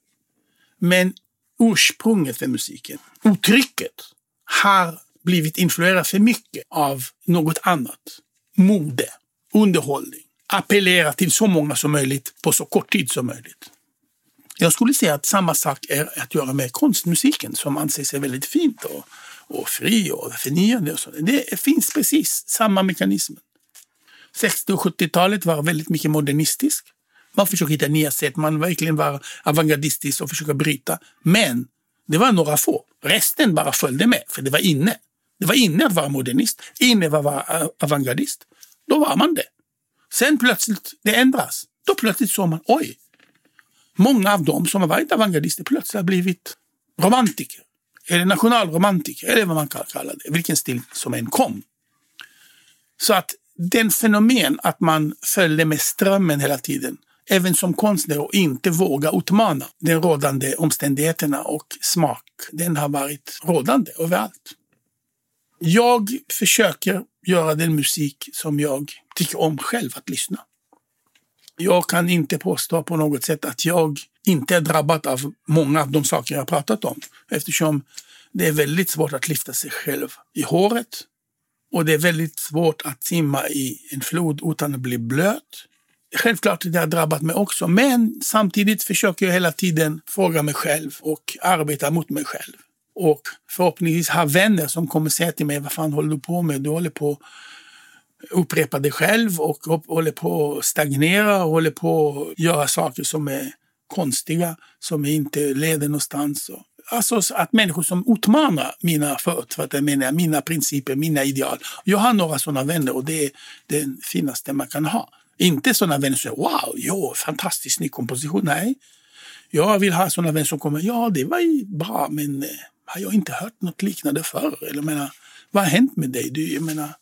Men ursprunget för musiken, uttrycket, har blivit influerad för mycket av något annat. Mode, underhållning, appellera till så många som möjligt på så kort tid som möjligt. Jag skulle säga att samma sak är att göra med konstmusiken som anses väldigt fint och fri och förnyande. Och så. Det finns precis samma mekanism. 60- och 70-talet var väldigt mycket modernistisk. Man försöker hitta nya sätt, man verkligen var avantgardistisk och försöka bryta. Men det var några få. Resten bara följde med, för det var inne. Det var inne att vara modernist, inne att vara avantgardist. Då var man det. Sen plötsligt, det ändras. Då plötsligt såg man, oj, många av dem som har varit avantgardister plötsligt har blivit romantiker. Eller nationalromantiker, eller vad man kan kalla det. Vilken stil som än kom. Så att den fenomen att man följde med strömmen hela tiden, även som konstnär, och inte våga utmana den rådande omständigheterna och smak, den har varit rådande överallt. Jag försöker göra den musik som jag tycker om själv att lyssna. Jag kan inte påstå på något sätt att jag inte är drabbad av många av de saker jag har pratat om, eftersom det är väldigt svårt att lyfta sig själv i håret och det är väldigt svårt att simma i en flod utan att bli blöt. Självklart det har drabbat mig också, men samtidigt försöker jag hela tiden fråga mig själv och arbeta mot mig själv. Och förhoppningsvis ha vänner som kommer säga till mig, vad fan håller du på med? Du håller på att upprepa dig själv och håller på att stagnera och håller på att göra saker som är konstiga, som inte leder någonstans. Alltså att människor som utmanar mina principer, mina ideal. Jag har några sådana vänner och det är det finaste man kan ha. Inte sådana vänner som säger, wow, fantastisk ny komposition. Nej, jag vill ha sådana vänner som kommer, ja det var ju bra, men har jag inte hört något liknande förr? Eller menar, vad har hänt med dig?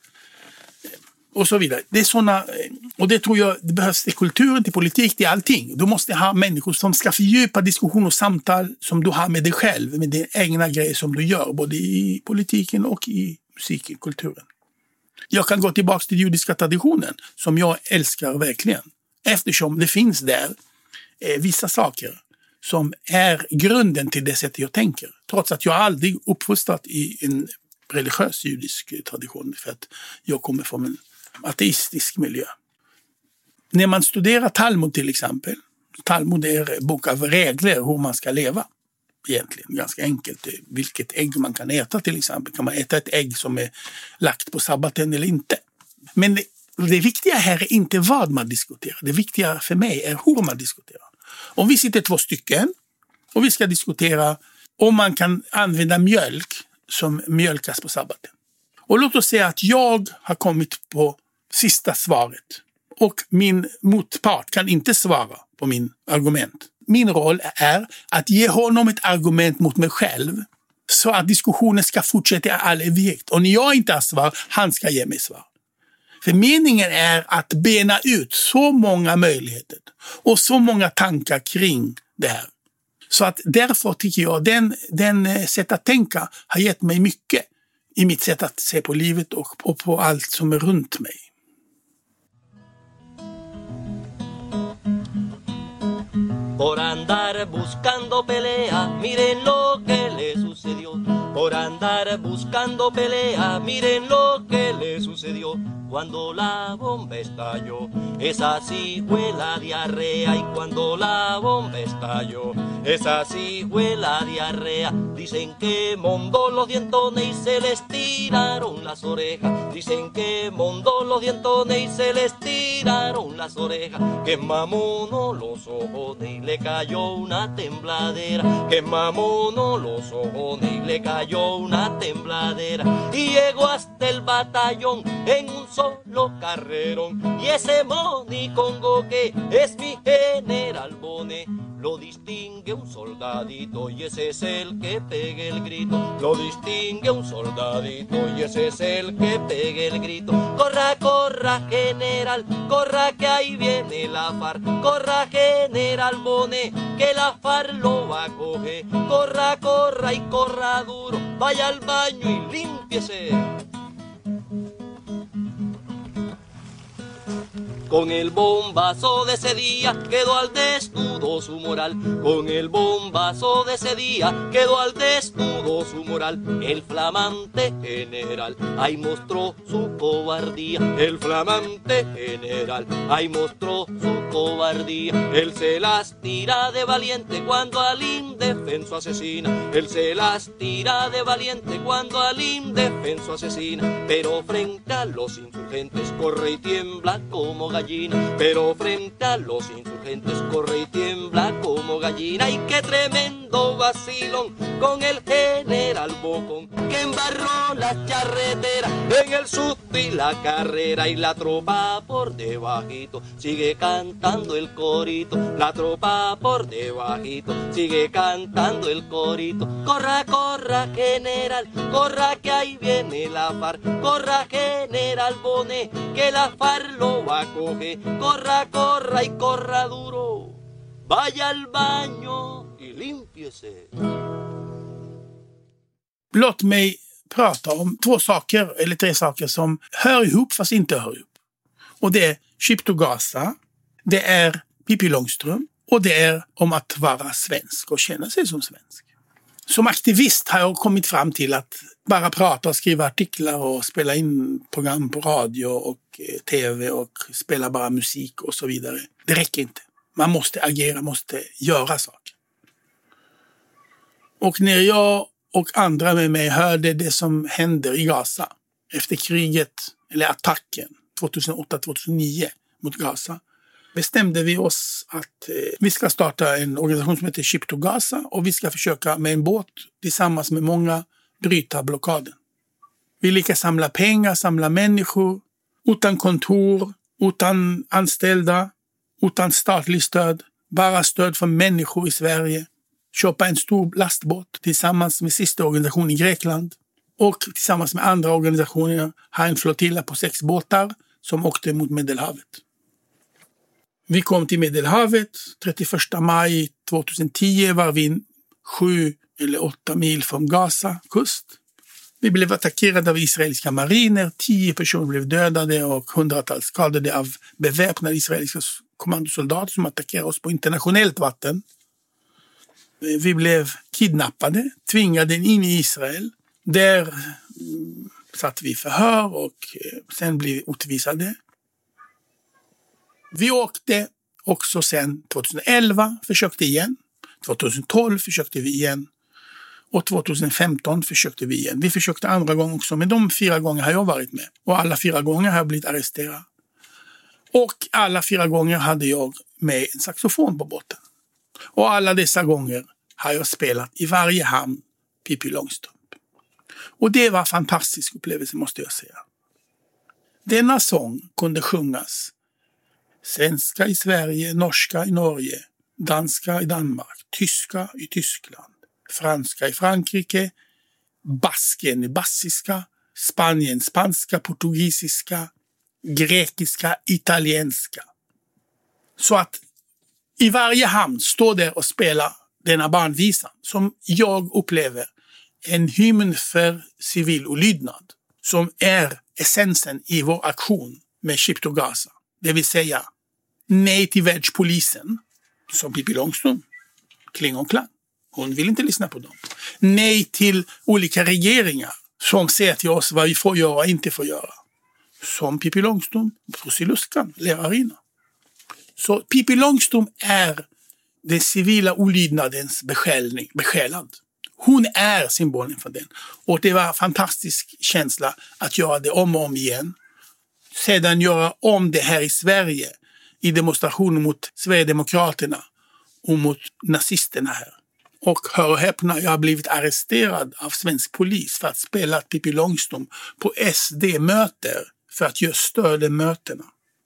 Och så vidare. Det är såna, och det tror jag det behövs i kulturen, till politik, till allting. Du måste ha människor som ska fördjupa diskussion och samtal som du har med dig själv, med dina egna grejer som du gör, både i politiken och i musiken, kulturen. Jag kan gå tillbaka till judiska traditionen som jag älskar verkligen. Eftersom det finns där vissa saker som är grunden till det sättet jag tänker. Trots att jag aldrig uppfostrat i en religiös judisk tradition, för att jag kommer från en ateistisk miljö. När man studerar Talmud till exempel, Talmud är en bok av regler hur man ska leva. Egentligen ganska enkelt. Vilket ägg man kan äta till exempel. Kan man äta ett ägg som är lagt på sabbaten eller inte? Men det viktiga här är inte vad man diskuterar. Det viktiga för mig är hur man diskuterar. Om vi sitter 2 stycken och vi ska diskutera om man kan använda mjölk som mjölkas på sabbaten. Och låt oss säga att jag har kommit på sista svaret och min motpart kan inte svara på min argument. Min roll är att ge honom ett argument mot mig själv så att diskussionen ska fortsätta i all evighet. Och när jag inte har svar, han ska ge mig svar. För meningen är att bena ut så många möjligheter och så många tankar kring det här. Så att därför tycker jag den sätt att tänka har gett mig mycket i mitt sätt att se på livet och på allt som är runt mig. Por andar buscando pelea, miren lo que le sucedió. Por andar buscando pelea, miren lo que le sucedió. Cuando la bomba estalló, esa sí fue la diarrea. Y cuando la bomba estalló, esa sí fue la diarrea. Dicen que mondó los dientones y se les tiraron las orejas. Dicen que mondó los dientones y se les tiraron las orejas. Que mamono los ojones y le cayó una tembladera. Que mamono los ojones y le cayó una tembladera. Y llegó hasta el batallón en un solo carrerón. Y ese monicongo que es mi general Bone lo distingue un soldadito y ese es el que pegue el grito. Lo distingue un soldadito y ese es el que pegue el grito. Corra, corra, general, corra que ahí viene la FARC. Corra, general Bone, que la FARC lo va a coger. Corra, corra y corra duro, vaya al baño y límpiese. Con el bombazo de ese día quedó al desnudo desnudo su moral. Con el bombazo de ese día quedó al desnudo su moral. El flamante general ahí mostró su cobardía. El flamante general ahí mostró su cobardía. Él se las tira de valiente cuando al indefenso asesina. Él se las tira de valiente cuando al indefenso asesina. Pero frente a los insurgentes corre y tiembla como gallina. Pero frente a los insurgentes corre y tiembla como gallina. Y qué tremendo vacilón con el general Bocón, que embarró la charretera en el susto y la carrera. Y la tropa por debajito sigue cantando el corito. La tropa por debajito sigue cantando el corito. Corra, corra, general, corra que ahí viene la FARC. Corra, general Bonet, que la FARC lo va a coger. Corra, corra y corra duro. Vaya al baño y límpiese. Låt mig prata om 2 saker, eller 3 saker som hör ihop fast inte hör ihop. Och det är Ship to Gaza, det är Pippi Långstrump och det är om att vara svensk och känna sig som svensk. Som aktivist har jag kommit fram till att bara prata och skriva artiklar och spela in program på radio och tv och spela bara musik och så vidare. Det räcker inte. Man måste agera, måste göra saker. Och när jag och andra med mig hörde det som händer i Gaza efter kriget, eller attacken 2008-2009 mot Gaza, bestämde vi oss att vi ska starta en organisation som heter Ship to Gaza och vi ska försöka med en båt tillsammans med många bryta blockaden. Vi lyckas samla pengar, samla människor, utan kontor, utan anställda, utan statlig stöd, bara stöd för människor i Sverige. Köpa en stor lastbåt tillsammans med sista organisationen i Grekland och tillsammans med andra organisationer ha en flottilla på 6 båtar som åkte mot Medelhavet. Vi kom till Medelhavet 31 maj 2010 var vi 7 eller 8 mil från Gaza kust. Vi blev attackerade av israeliska mariner, 10 personer blev dödade och hundratals skadade av beväpnade israeliska kommandosoldater som attackerade oss på internationellt vatten. Vi blev kidnappade, tvingade in i Israel. Där satt vi förhör och sen blev vi utvisade. Vi åkte också sen 2011, försökte igen. 2012 försökte vi igen. Och 2015 försökte vi igen. Vi försökte andra gånger också, men de 4 gånger har jag varit med. Och alla 4 gånger har jag blivit arresterad. Och alla 4 gånger hade jag med en saxofon på båten. Och alla dessa gånger har jag spelat i varje hamn Pippi Långstrump. Och det var en fantastisk upplevelse, måste jag säga. Denna sång kunde sjungas svenska i Sverige, norska i Norge, danska i Danmark, tyska i Tyskland, franska i Frankrike, basken i baskiska, Spanien, spanska, portugisiska, grekiska, italienska. Så att i varje hamn står där och spelar denna barnvisan som jag upplever en hymn för civil olydnad som är essensen i vår aktion med Ship to Gaza. Det vill säga nej till världspolisen som Pippi Långstrump, kling och klang. Hon vill inte lyssna på dem. Nej till olika regeringar som säger till oss vad vi får göra och inte får göra. Som Pippi Långstrump, Prussiluskan, lärarinna. Så Pippi Långstrump är den civila olydnadens besjälad. Hon är symbolen för den. Och det var en fantastisk känsla att göra det om och om igen. Sedan göra om det här i Sverige i demonstrationer mot Sverigedemokraterna och mot nazisterna här. Och hör och häpna, jag har blivit arresterad av svensk polis för att spela Pippi Långstrump på SD-möten för att just stödja mötena.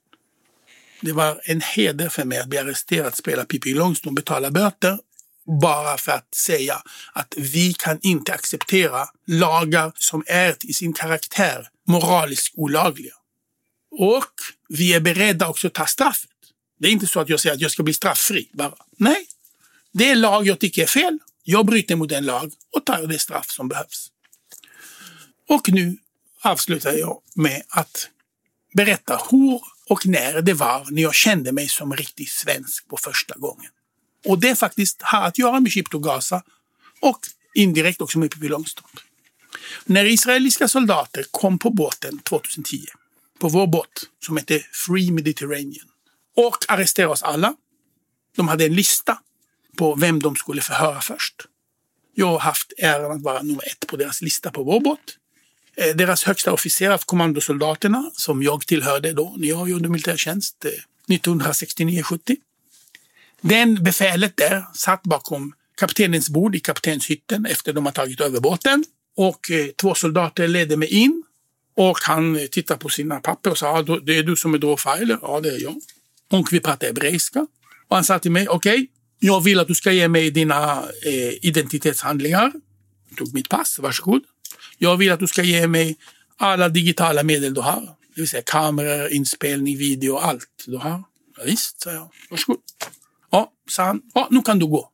Det var en heder för mig att bli arresterad att spela Pippi Långstrump och betala böter bara för att säga att vi kan inte acceptera lagar som är i sin karaktär moraliskt olagliga. Och vi är beredda också att ta straffet. Det är inte så att jag säger att jag ska bli strafffri bara. Nej, det är lag jag tycker är fel. Jag bryter mot den lag och tar det straff som behövs. Och nu avslutar jag med att berätta hur och när det var när jag kände mig som riktigt svensk på första gången. Och det faktiskt har att göra med Shibto Gaza och indirekt också med Pippi Långstrump. När israeliska soldater kom på båten 2010, på vår båt som heter Free Mediterranean, och arresterade oss alla. De hade en lista på vem de skulle förhöra först. Jag har haft äran att vara nummer 1 på deras lista på vår båt. Deras högsta officer av kommandosoldaterna, som jag tillhörde då när jag gjorde militärtjänst 1969-70. Den befälet där satt bakom kaptenens bord i kaptenshytten efter de har tagit över båten. Och 2 soldater ledde mig in och han tittade på sina papper och sa det är du som är Dror Feiler? Ja, det är jag. Och vi pratade hebreiska. Och han sa till mig, okej, jag vill att du ska ge mig dina identitetshandlingar. Jag tog mitt pass, varsågod. Jag vill att du ska ge mig alla digitala medel du har. Det vill säga kameror, inspelning, video, allt du har. Ja, visst, sa jag. Varsågod. Ja, sa han. Ja, nu kan du gå.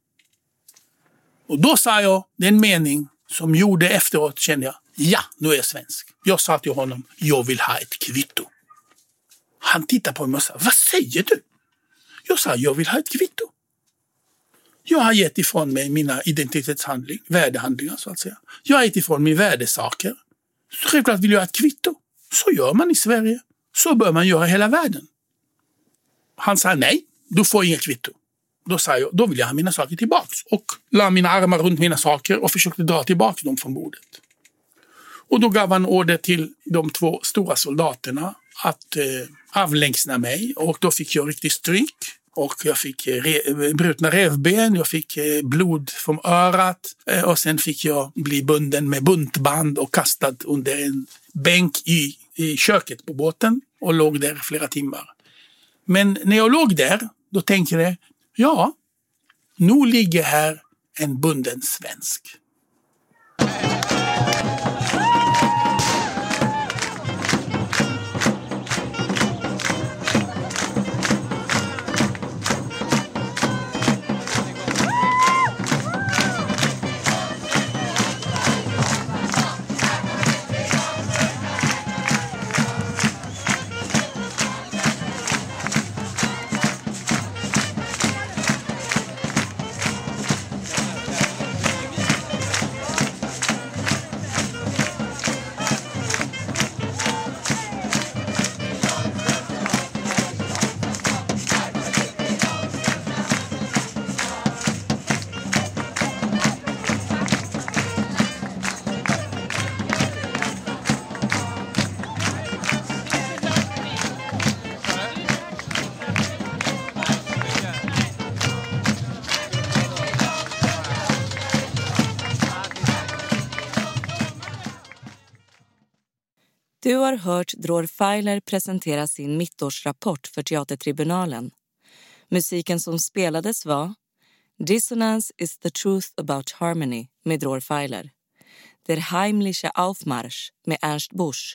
Och då sa jag den mening som gjorde efteråt, kände jag. Ja, nu är jag svensk. Jag sa till honom, jag vill ha ett kvitto. Han tittade på mig och sa, vad säger du? Jag sa, jag vill ha ett kvitto. Jag har gett ifrån mig mina identitetshandlingar, värdehandlingar så att säga. Jag har gett ifrån mig värdesaker. Så självklart vill jag ha ett kvitto. Så gör man i Sverige. Så bör man göra i hela världen. Han sa, nej, du får inget kvitto. Då sa jag, då vill jag ha mina saker tillbaks. Och la mina armar runt mina saker och försökte dra tillbaka dem från bordet. Och då gav han order till de 2 stora soldaterna att avlägsna mig. Och då fick jag riktigt stryk. Och jag fick brutna revben, jag fick blod från örat. Och sen fick jag bli bunden med buntband och kastad under en bänk i köket på båten. Och låg där flera timmar. Men när jag låg där, då tänkte jag, ja, nu ligger här en bunden svensk. Du har hört Dror Feiler presentera sin mittårsrapport för Teatertribunalen. Musiken som spelades var Dissonance is the truth about harmony med Dror Feiler, Der heimliche Aufmarsch med Ernst Busch,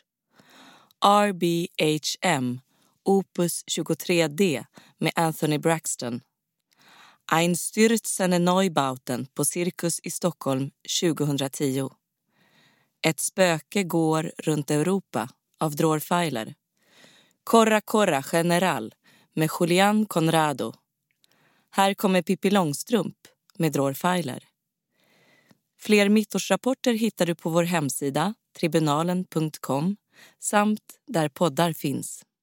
RBHM Opus 23D med Anthony Braxton, Einstürzende Neubauten på Cirkus i Stockholm 2010. Ett spöke går runt Europa av Dror Feiler. Corra Corra General med Julian Conrado. Här kommer Pippi Långstrump med Dror Feiler. Fler mittårsrapporter hittar du på vår hemsida tribunalen.com samt där poddar finns.